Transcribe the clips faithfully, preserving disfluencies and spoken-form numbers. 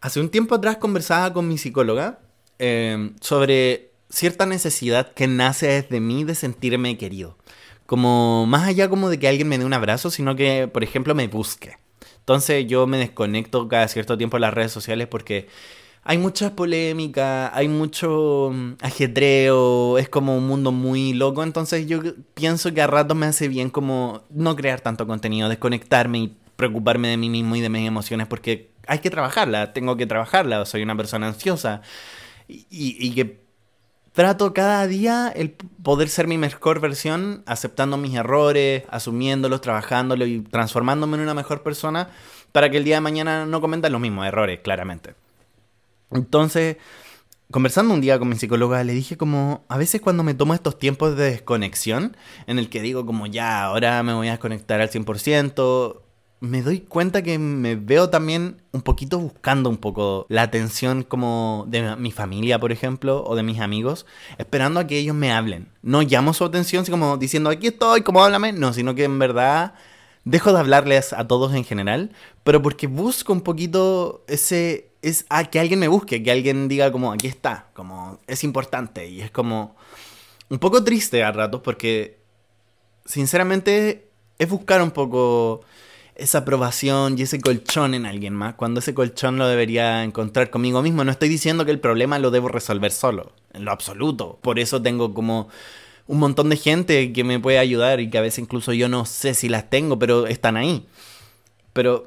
Hace un tiempo atrás conversaba con mi psicóloga eh, sobre cierta necesidad que nace desde mí de sentirme querido. Como más allá como de que alguien me dé un abrazo, sino que, por ejemplo, me busque. Entonces yo me desconecto cada cierto tiempo de las redes sociales porque hay mucha polémica, hay mucho mm, ajetreo, es como un mundo muy loco. Entonces yo pienso que a ratos me hace bien como no crear tanto contenido, desconectarme y preocuparme de mí mismo y de mis emociones porque hay que trabajarla, tengo que trabajarla, soy una persona ansiosa y, y, y que trato cada día el poder ser mi mejor versión, aceptando mis errores, asumiéndolos, trabajándolos y transformándome en una mejor persona para que el día de mañana no cometa los mismos errores, claramente. Entonces, conversando un día con mi psicóloga, le dije como, a veces cuando me tomo estos tiempos de desconexión, en el que digo como ya, ahora me voy a desconectar al cien por ciento, me doy cuenta que me veo también un poquito buscando un poco la atención como de mi familia, por ejemplo, o de mis amigos, esperando a que ellos me hablen. No llamo su atención así como diciendo aquí estoy, como háblame, no, sino que en verdad dejo de hablarles a todos en general, pero porque busco un poquito ese es a que alguien me busque, que alguien diga como aquí está, como es importante y es como un poco triste a ratos porque sinceramente es buscar un poco esa aprobación y ese colchón en alguien más, cuando ese colchón lo debería encontrar conmigo mismo. No estoy diciendo que el problema lo debo resolver solo, en lo absoluto. Por eso tengo como un montón de gente que me puede ayudar y que a veces incluso yo no sé si las tengo, pero están ahí. Pero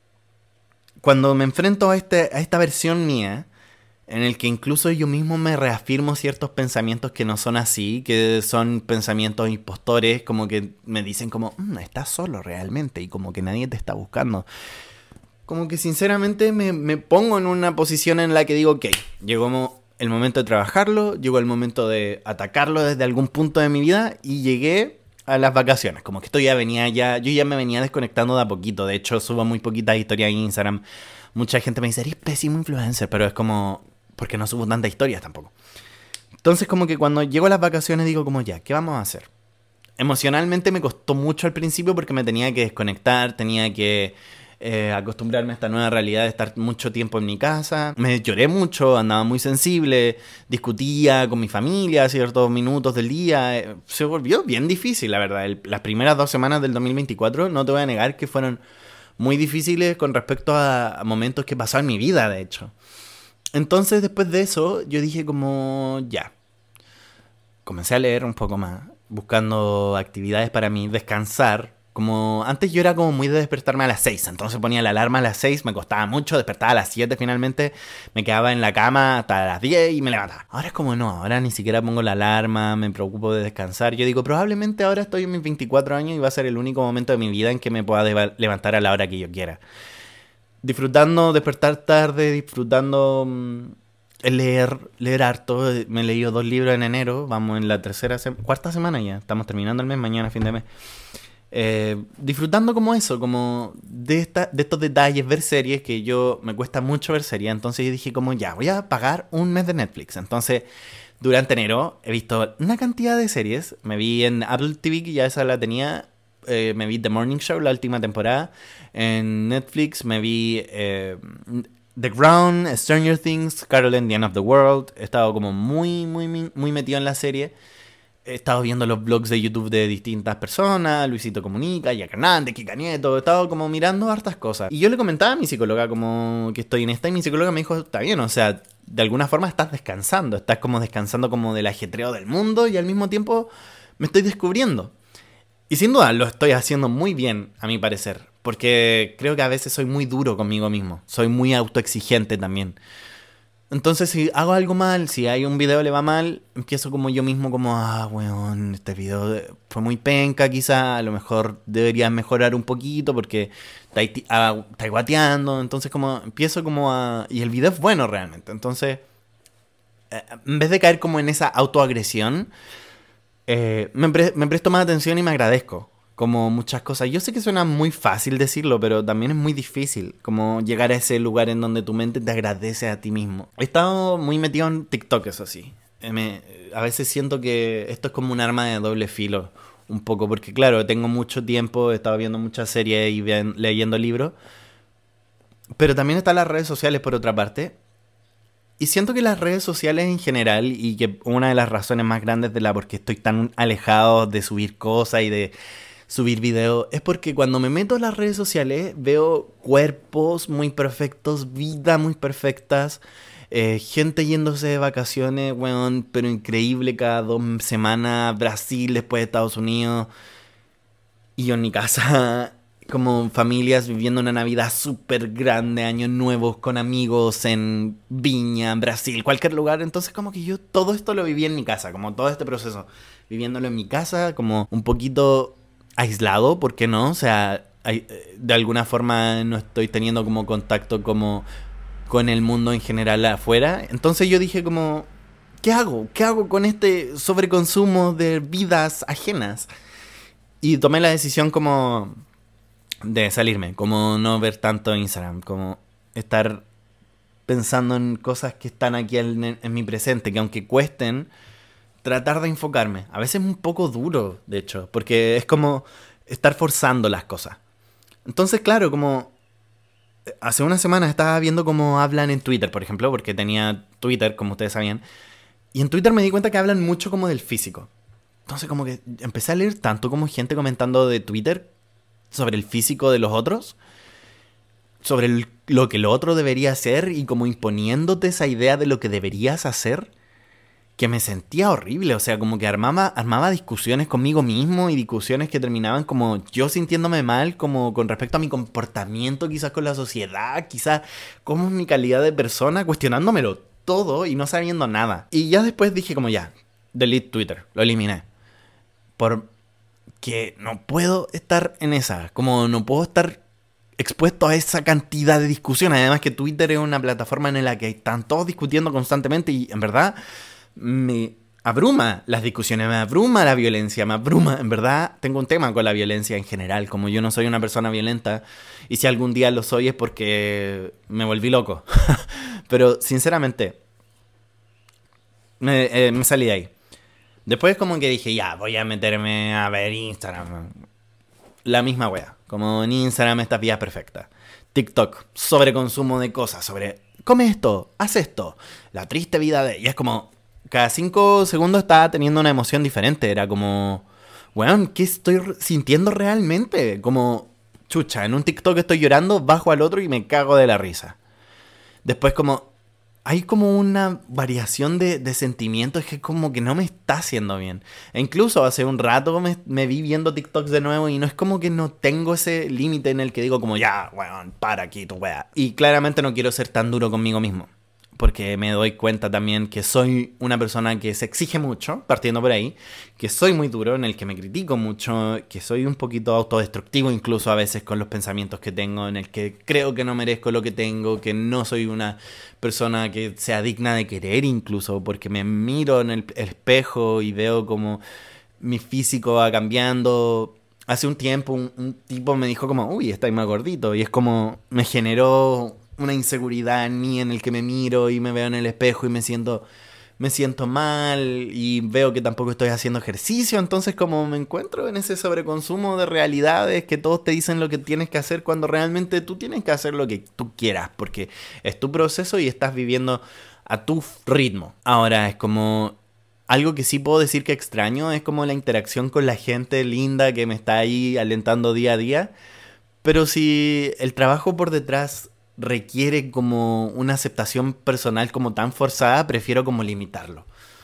cuando me enfrento a, este, a esta versión mía, en el que incluso yo mismo me reafirmo ciertos pensamientos que no son así, que son pensamientos impostores, como que me dicen como, mmm, estás solo realmente y como que nadie te está buscando. Como que sinceramente me, me pongo en una posición en la que digo, ok, llegó el momento de trabajarlo, llegó el momento de atacarlo desde algún punto de mi vida y llegué a las vacaciones. Como que esto ya venía ya, yo ya me venía desconectando de a poquito. De hecho, subo muy poquitas historias en Instagram. Mucha gente me dice, eres pésimo influencer, pero es como, porque no subo tantas historias tampoco. Entonces como que cuando llego a las vacaciones digo como ya, ¿qué vamos a hacer? Emocionalmente me costó mucho al principio porque me tenía que desconectar, tenía que eh, acostumbrarme a esta nueva realidad de estar mucho tiempo en mi casa. Me lloré mucho, andaba muy sensible, discutía con mi familia a ciertos minutos del día. Eh, se volvió bien difícil, la verdad. El, las primeras dos semanas del dos mil veinticuatro, no te voy a negar que fueron muy difíciles con respecto a, a momentos que pasó en mi vida, de hecho. Entonces después de eso yo dije como ya, comencé a leer un poco más, buscando actividades para mí, descansar. Como antes yo era como muy de despertarme a las seis, entonces ponía la alarma a las seis, me costaba mucho, despertaba a las siete finalmente, me quedaba en la cama hasta las diez y me levantaba. Ahora es como no, ahora ni siquiera pongo la alarma, me preocupo de descansar. Yo digo, probablemente ahora estoy en mis veinticuatro años y va a ser el único momento de mi vida en que me pueda deva- levantar a la hora que yo quiera. Disfrutando, despertar tarde, disfrutando mm, el leer, leer harto. Me he leído dos libros en enero, vamos en la tercera, se- cuarta semana ya, estamos terminando el mes, mañana fin de mes. Eh, disfrutando como eso, como de, esta, de estos detalles, ver series, que yo me cuesta mucho ver series, entonces yo dije como ya, voy a pagar un mes de Netflix. Entonces, durante enero he visto una cantidad de series, me vi en Apple T V, que ya esa la tenía, eh, me vi The Morning Show, la última temporada, en Netflix me vi eh, The Crown, Stranger Things, Carol and the End of the World, he estado como muy, muy, muy muy metido en la serie. He estado viendo los blogs de YouTube de distintas personas, Luisito Comunica, Jack Hernández, Kika Nieto, he estado como mirando hartas cosas. Y yo le comentaba a mi psicóloga como que estoy en esta y mi psicóloga me dijo, está bien, o sea, de alguna forma estás descansando, estás como descansando como del ajetreo del mundo y al mismo tiempo me estoy descubriendo. Y sin duda lo estoy haciendo muy bien, a mi parecer, porque creo que a veces soy muy duro conmigo mismo, soy muy autoexigente también. Entonces, si hago algo mal, si hay un video le va mal, empiezo como yo mismo como, ah, weón, este video fue muy penca, quizá, a lo mejor deberías mejorar un poquito porque estáis ti- ah, estáis guateando, entonces como empiezo como a... Y el video es bueno realmente, entonces, eh, en vez de caer como en esa autoagresión, eh, me, pre- me presto más atención y me agradezco. Como muchas cosas. Yo sé que suena muy fácil decirlo, pero también es muy difícil. Como llegar a ese lugar en donde tu mente te agradece a ti mismo. He estado muy metido en TikTok, eso sí. Eh, me- a veces siento que esto es como un arma de doble filo. Un poco, porque claro, tengo mucho tiempo, he estado viendo muchas series y ven- leyendo libros. Pero también están las redes sociales por otra parte. Y siento que las redes sociales en general, y que una de las razones más grandes de la por qué estoy tan alejado de subir cosas y de subir videos, es porque cuando me meto en las redes sociales veo cuerpos muy perfectos, vidas muy perfectas, eh, gente yéndose de vacaciones, weón, pero increíble cada dos semanas, Brasil, después de Estados Unidos, y yo en mi casa, como familias viviendo una Navidad súper grande, años nuevos con amigos en Viña, en Brasil, cualquier lugar. Entonces como que yo todo esto lo viví en mi casa, como todo este proceso, viviéndolo en mi casa, como un poquito aislado, ¿por qué no? O sea, hay- de alguna forma no estoy teniendo como contacto como con el mundo en general afuera. Entonces yo dije como, ¿qué hago? ¿Qué hago con este sobreconsumo de vidas ajenas? Y tomé la decisión como de salirme, como no ver tanto Instagram, como estar pensando en cosas que están aquí en, en mi presente, que aunque cuesten, tratar de enfocarme. A veces es un poco duro, de hecho, porque es como estar forzando las cosas. Entonces, claro, como hace una semana estaba viendo cómo hablan en Twitter, por ejemplo, porque tenía Twitter, como ustedes sabían, y en Twitter me di cuenta que hablan mucho como del físico. Entonces como que empecé a leer tanto como gente comentando de Twitter sobre el físico de los otros, sobre el- lo que lo otro debería hacer y como imponiéndote esa idea de lo que deberías hacer, que me sentía horrible. O sea, como que armaba, armaba discusiones conmigo mismo y discusiones que terminaban como yo sintiéndome mal, como con respecto a mi comportamiento, quizás con la sociedad, quizás cómo es mi calidad de persona, cuestionándomelo todo y no sabiendo nada. Y ya después dije como ya, delete Twitter, lo eliminé. Por que no puedo estar en esa, como no puedo estar expuesto a esa cantidad de discusiones. Además que Twitter es una plataforma en la que están todos discutiendo constantemente y en verdad me abruma las discusiones, me abruma la violencia, me abruma. En verdad tengo un tema con la violencia en general, como yo no soy una persona violenta y si algún día lo soy es porque me volví loco. Pero sinceramente me, eh, me salí de ahí. Después como que dije, ya, voy a meterme a ver Instagram. La misma wea. Como en Instagram estas vías perfectas. TikTok, sobreconsumo de cosas, sobre come esto, haz esto. La triste vida de... Y es como, cada cinco segundos estaba teniendo una emoción diferente. Era como, weón, ¿qué estoy sintiendo realmente? Como, chucha, en un TikTok estoy llorando, bajo al otro y me cago de la risa. Después como, hay como una variación de, de sentimientos que como que no me está haciendo bien. E incluso hace un rato me, me vi viendo TikToks de nuevo y no es como que no tengo ese límite en el que digo como ya, weón, para aquí tu wea. Y claramente no quiero ser tan duro conmigo mismo. Porque me doy cuenta también que soy una persona que se exige mucho, partiendo por ahí, que soy muy duro, en el que me critico mucho, que soy un poquito autodestructivo incluso a veces con los pensamientos que tengo, en el que creo que no merezco lo que tengo, que no soy una persona que sea digna de querer incluso, porque me miro en el espejo y veo como mi físico va cambiando. Hace un tiempo un, un tipo me dijo como, uy, estáis más gordito, y es como, me generó una inseguridad en mí en el que me miro y me veo en el espejo y me siento me siento mal y veo que tampoco estoy haciendo ejercicio, entonces como me encuentro en ese sobreconsumo de realidades que todos te dicen lo que tienes que hacer cuando realmente tú tienes que hacer lo que tú quieras, porque es tu proceso y estás viviendo a tu ritmo. Ahora es como algo que sí puedo decir que extraño, es como la interacción con la gente linda que me está ahí alentando día a día. Pero si el trabajo por detrás requiere como una aceptación personal como tan forzada, prefiero como limitarlo.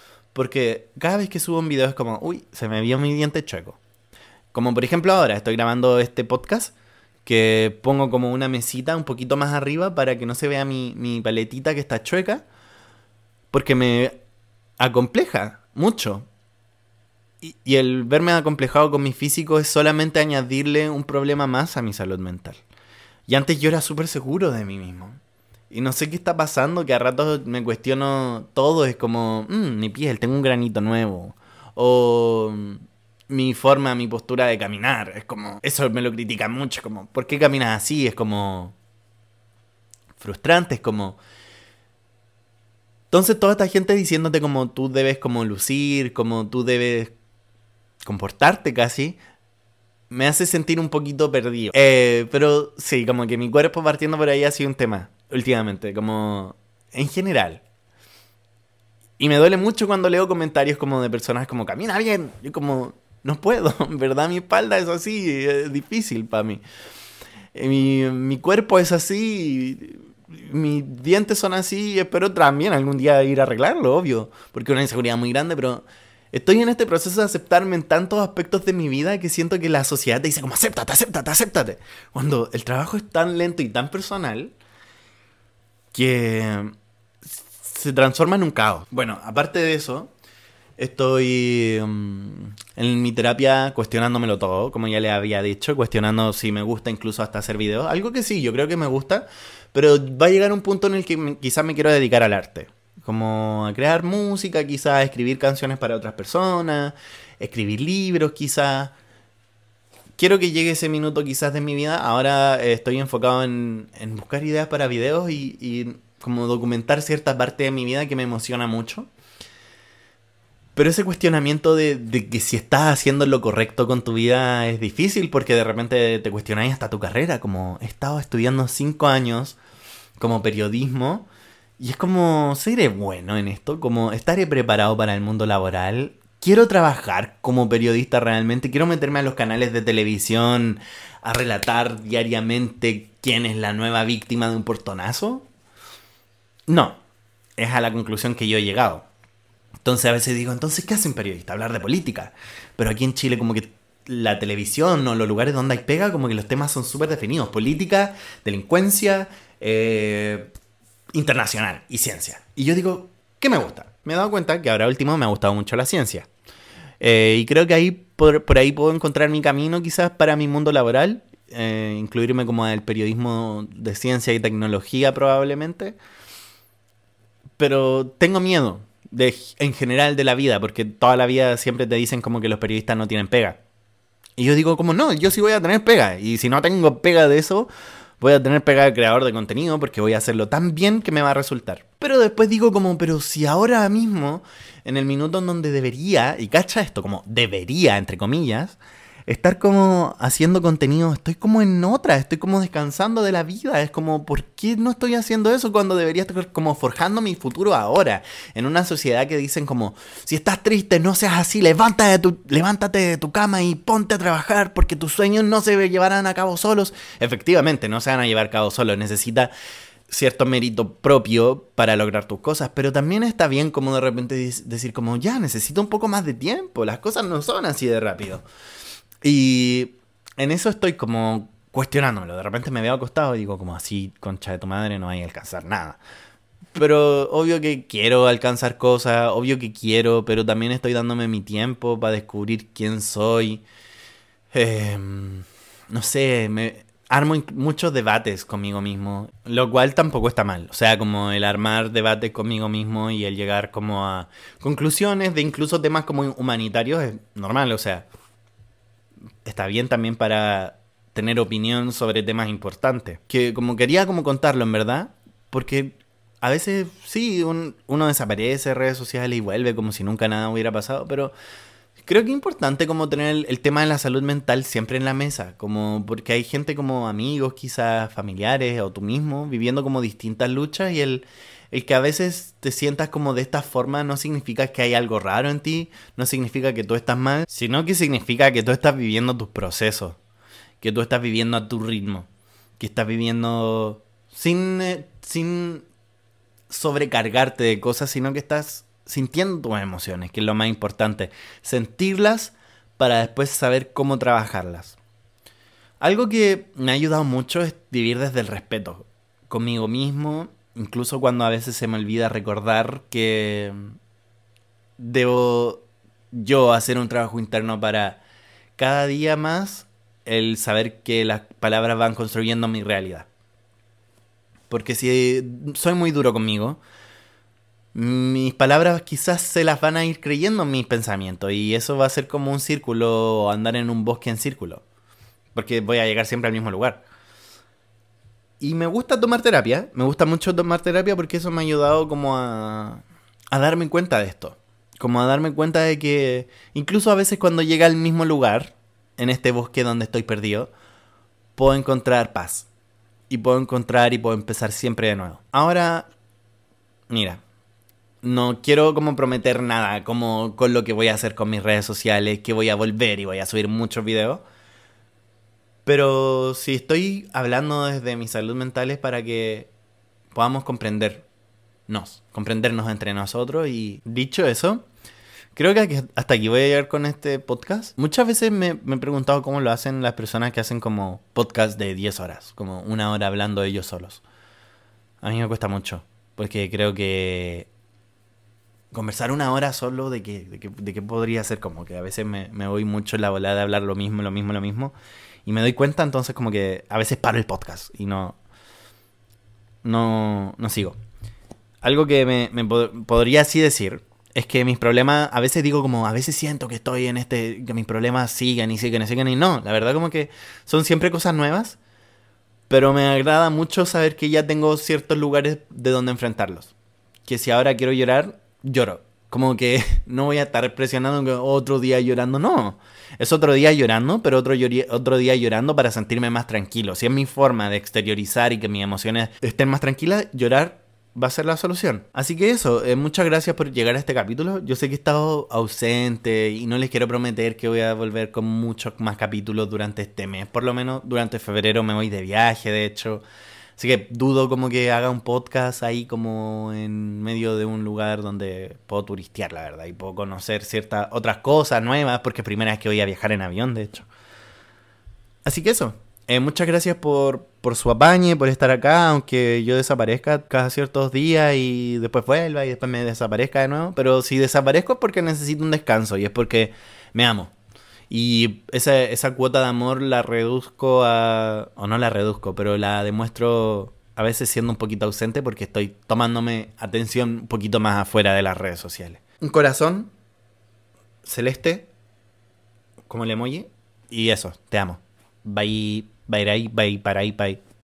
Porque cada vez que subo un video es como, uy, se me vio mi diente chueco. Como por ejemplo ahora, estoy grabando este podcast que pongo como una mesita un poquito más arriba para que no se vea mi, mi paletita que está chueca, porque me acompleja mucho. Y, y el verme acomplejado con mi físico es solamente añadirle un problema más a mi salud mental. Y antes yo era súper seguro de mí mismo. Y no sé qué está pasando, que a ratos me cuestiono todo. Es como, mmm, mi piel, tengo un granito nuevo. O mm, mi forma, mi postura de caminar. Es como, eso me lo critican mucho. Como, ¿por qué caminas así? Es como frustrante, es como... Entonces toda esta gente diciéndote como tú debes como lucir, como tú debes comportarte casi, me hace sentir un poquito perdido. Eh, pero sí, como que mi cuerpo partiendo por ahí ha sido un tema últimamente, como en general. Y me duele mucho cuando leo comentarios como de personas como, camina bien. Yo como, no puedo, en verdad mi espalda es así, es difícil para mí. Eh, Mi, mi cuerpo es así, mis dientes son así y espero también algún día ir a arreglarlo, obvio. Porque es una inseguridad muy grande, pero estoy en este proceso de aceptarme en tantos aspectos de mi vida que siento que la sociedad te dice como, acéptate, acéptate, acéptate. Cuando el trabajo es tan lento y tan personal que se transforma en un caos. Bueno, aparte de eso, estoy um, en mi terapia cuestionándomelo todo, como ya le había dicho, cuestionando si me gusta incluso hasta hacer videos. Algo que sí, yo creo que me gusta, pero va a llegar un punto en el que me, quizás me quiero dedicar al arte. Como a crear música, quizás, a escribir canciones para otras personas, escribir libros, quizás. Quiero que llegue ese minuto quizás de mi vida. Ahora eh, estoy enfocado en, en buscar ideas para videos y, y como documentar cierta parte de mi vida que me emociona mucho. Pero ese cuestionamiento de, de que si estás haciendo lo correcto con tu vida es difícil porque de repente te cuestionáis hasta tu carrera. Como he estado estudiando cinco años como periodismo y es como, ¿seré bueno en esto? Como, ¿estaré preparado para el mundo laboral? ¿Quiero trabajar como periodista realmente? ¿Quiero meterme a los canales de televisión a relatar diariamente quién es la nueva víctima de un portonazo? No, es a la conclusión que yo he llegado. Entonces a veces digo, entonces, ¿qué hace un periodista? Hablar de política. Pero aquí en Chile como que la televisión o los lugares donde hay pega, como que los temas son súper definidos. Política, delincuencia, eh, internacional y ciencia. Y yo digo, ¿qué me gusta? Me he dado cuenta que ahora último me ha gustado mucho la ciencia. Eh, y creo que ahí por, por ahí puedo encontrar mi camino quizás para mi mundo laboral. Eh, incluirme como al periodismo de ciencia y tecnología probablemente. Pero tengo miedo. De, en general de la vida, porque toda la vida siempre te dicen como que los periodistas no tienen pega. Y yo digo como no, yo sí voy a tener pega. Y si no tengo pega de eso, voy a tener pega de creador de contenido porque voy a hacerlo tan bien que me va a resultar. Pero después digo como, pero si ahora mismo, en el minuto en donde debería, y cacha esto, como debería, entre comillas, estar como haciendo contenido, estoy como en otra, estoy como descansando de la vida. Es como, ¿por qué no estoy haciendo eso cuando debería estar como forjando mi futuro ahora? En una sociedad que dicen como, si estás triste, no seas así, levántate de tu, levántate de tu cama y ponte a trabajar porque tus sueños no se llevarán a cabo solos. Efectivamente, no se van a llevar a cabo solos, necesita cierto mérito propio para lograr tus cosas, pero también está bien como de repente decir como, ya, necesito un poco más de tiempo, las cosas no son así de rápido. Y en eso estoy como cuestionándomelo. De repente me veo acostado y digo como así, concha de tu madre, no hay a alcanzar nada. Pero obvio que quiero alcanzar cosas, obvio que quiero, pero también estoy dándome mi tiempo para descubrir quién soy. Eh, no sé, me armo inc- muchos debates conmigo mismo, lo cual tampoco está mal. O sea, como el armar debates conmigo mismo y el llegar como a conclusiones de incluso temas como humanitarios es normal, o sea... Está bien también para tener opinión sobre temas importantes. Que como quería como contarlo en verdad, porque a veces sí, un- uno desaparece de redes sociales y vuelve como si nunca nada hubiera pasado, pero creo que es importante como tener el, el tema de la salud mental siempre en la mesa, como porque hay gente como amigos, quizás familiares o tú mismo, viviendo como distintas luchas y el, el que a veces te sientas como de esta forma no significa que hay algo raro en ti, no significa que tú estás mal, sino que significa que tú estás viviendo tus procesos, que tú estás viviendo a tu ritmo, que estás viviendo sin, eh, sin sobrecargarte de cosas, sino que estás sintiendo tus emociones, que es lo más importante. Sentirlas para después saber cómo trabajarlas. Algo que me ha ayudado mucho es vivir desde el respeto conmigo mismo, incluso cuando a veces se me olvida recordar que debo yo hacer un trabajo interno para cada día más el saber que las palabras van construyendo mi realidad. Porque si soy muy duro conmigo, mis palabras quizás se las van a ir creyendo en mis pensamientos y eso va a ser como un círculo, andar en un bosque en círculo, porque voy a llegar siempre al mismo lugar. Y me gusta tomar terapia, me gusta mucho tomar terapia porque eso me ha ayudado como a, a darme cuenta de esto, como a darme cuenta de que incluso a veces cuando llega al mismo lugar, en este bosque donde estoy perdido, puedo encontrar paz. Y puedo encontrar y puedo empezar siempre de nuevo. Ahora, mira, no quiero como prometer nada como con lo que voy a hacer con mis redes sociales, que voy a volver y voy a subir muchos videos. Pero si estoy hablando desde mi salud mental es para que podamos comprendernos, comprendernos entre nosotros. Y dicho eso, creo que hasta aquí voy a llegar con este podcast. Muchas veces me, me he preguntado cómo lo hacen las personas que hacen como podcast de diez horas, como una hora hablando ellos solos. A mí me cuesta mucho, porque creo que conversar una hora solo de qué de que, de que podría ser, como que a veces me, me voy mucho en la volada de hablar lo mismo, lo mismo, lo mismo. Y me doy cuenta, entonces como que a veces paro el podcast y no, no, no sigo. Algo que me, me pod- podría así decir es que mis problemas, a veces digo como, a veces siento que estoy en este, que mis problemas sigan y siguen y siguen y no, la verdad como que son siempre cosas nuevas, pero me agrada mucho saber que ya tengo ciertos lugares de donde enfrentarlos. Que si ahora quiero llorar, lloro. Como que no voy a estar presionando que otro día llorando, no. Es otro día llorando, pero otro, llori- otro día llorando para sentirme más tranquilo. Si es mi forma de exteriorizar y que mis emociones estén más tranquilas, llorar va a ser la solución. Así que eso, eh, muchas gracias por llegar a este capítulo. Yo sé que he estado ausente y no les quiero prometer que voy a volver con muchos más capítulos durante este mes. Por lo menos durante febrero me voy de viaje, de hecho. Así que dudo como que haga un podcast ahí como en medio de un lugar donde puedo turistear, la verdad, y puedo conocer ciertas otras cosas nuevas, porque es primera vez que voy a viajar en avión, de hecho. Así que eso. Eh, muchas gracias por, por su apañe, por estar acá, aunque yo desaparezca cada ciertos días y después vuelva y después me desaparezca de nuevo. Pero si desaparezco es porque necesito un descanso y es porque me amo. Y esa, esa cuota de amor la reduzco a... o no la reduzco, pero la demuestro a veces siendo un poquito ausente porque estoy tomándome atención un poquito más afuera de las redes sociales. Un corazón celeste, como el emoji, y eso, te amo. Bye, bye, bye, bye, bye, bye.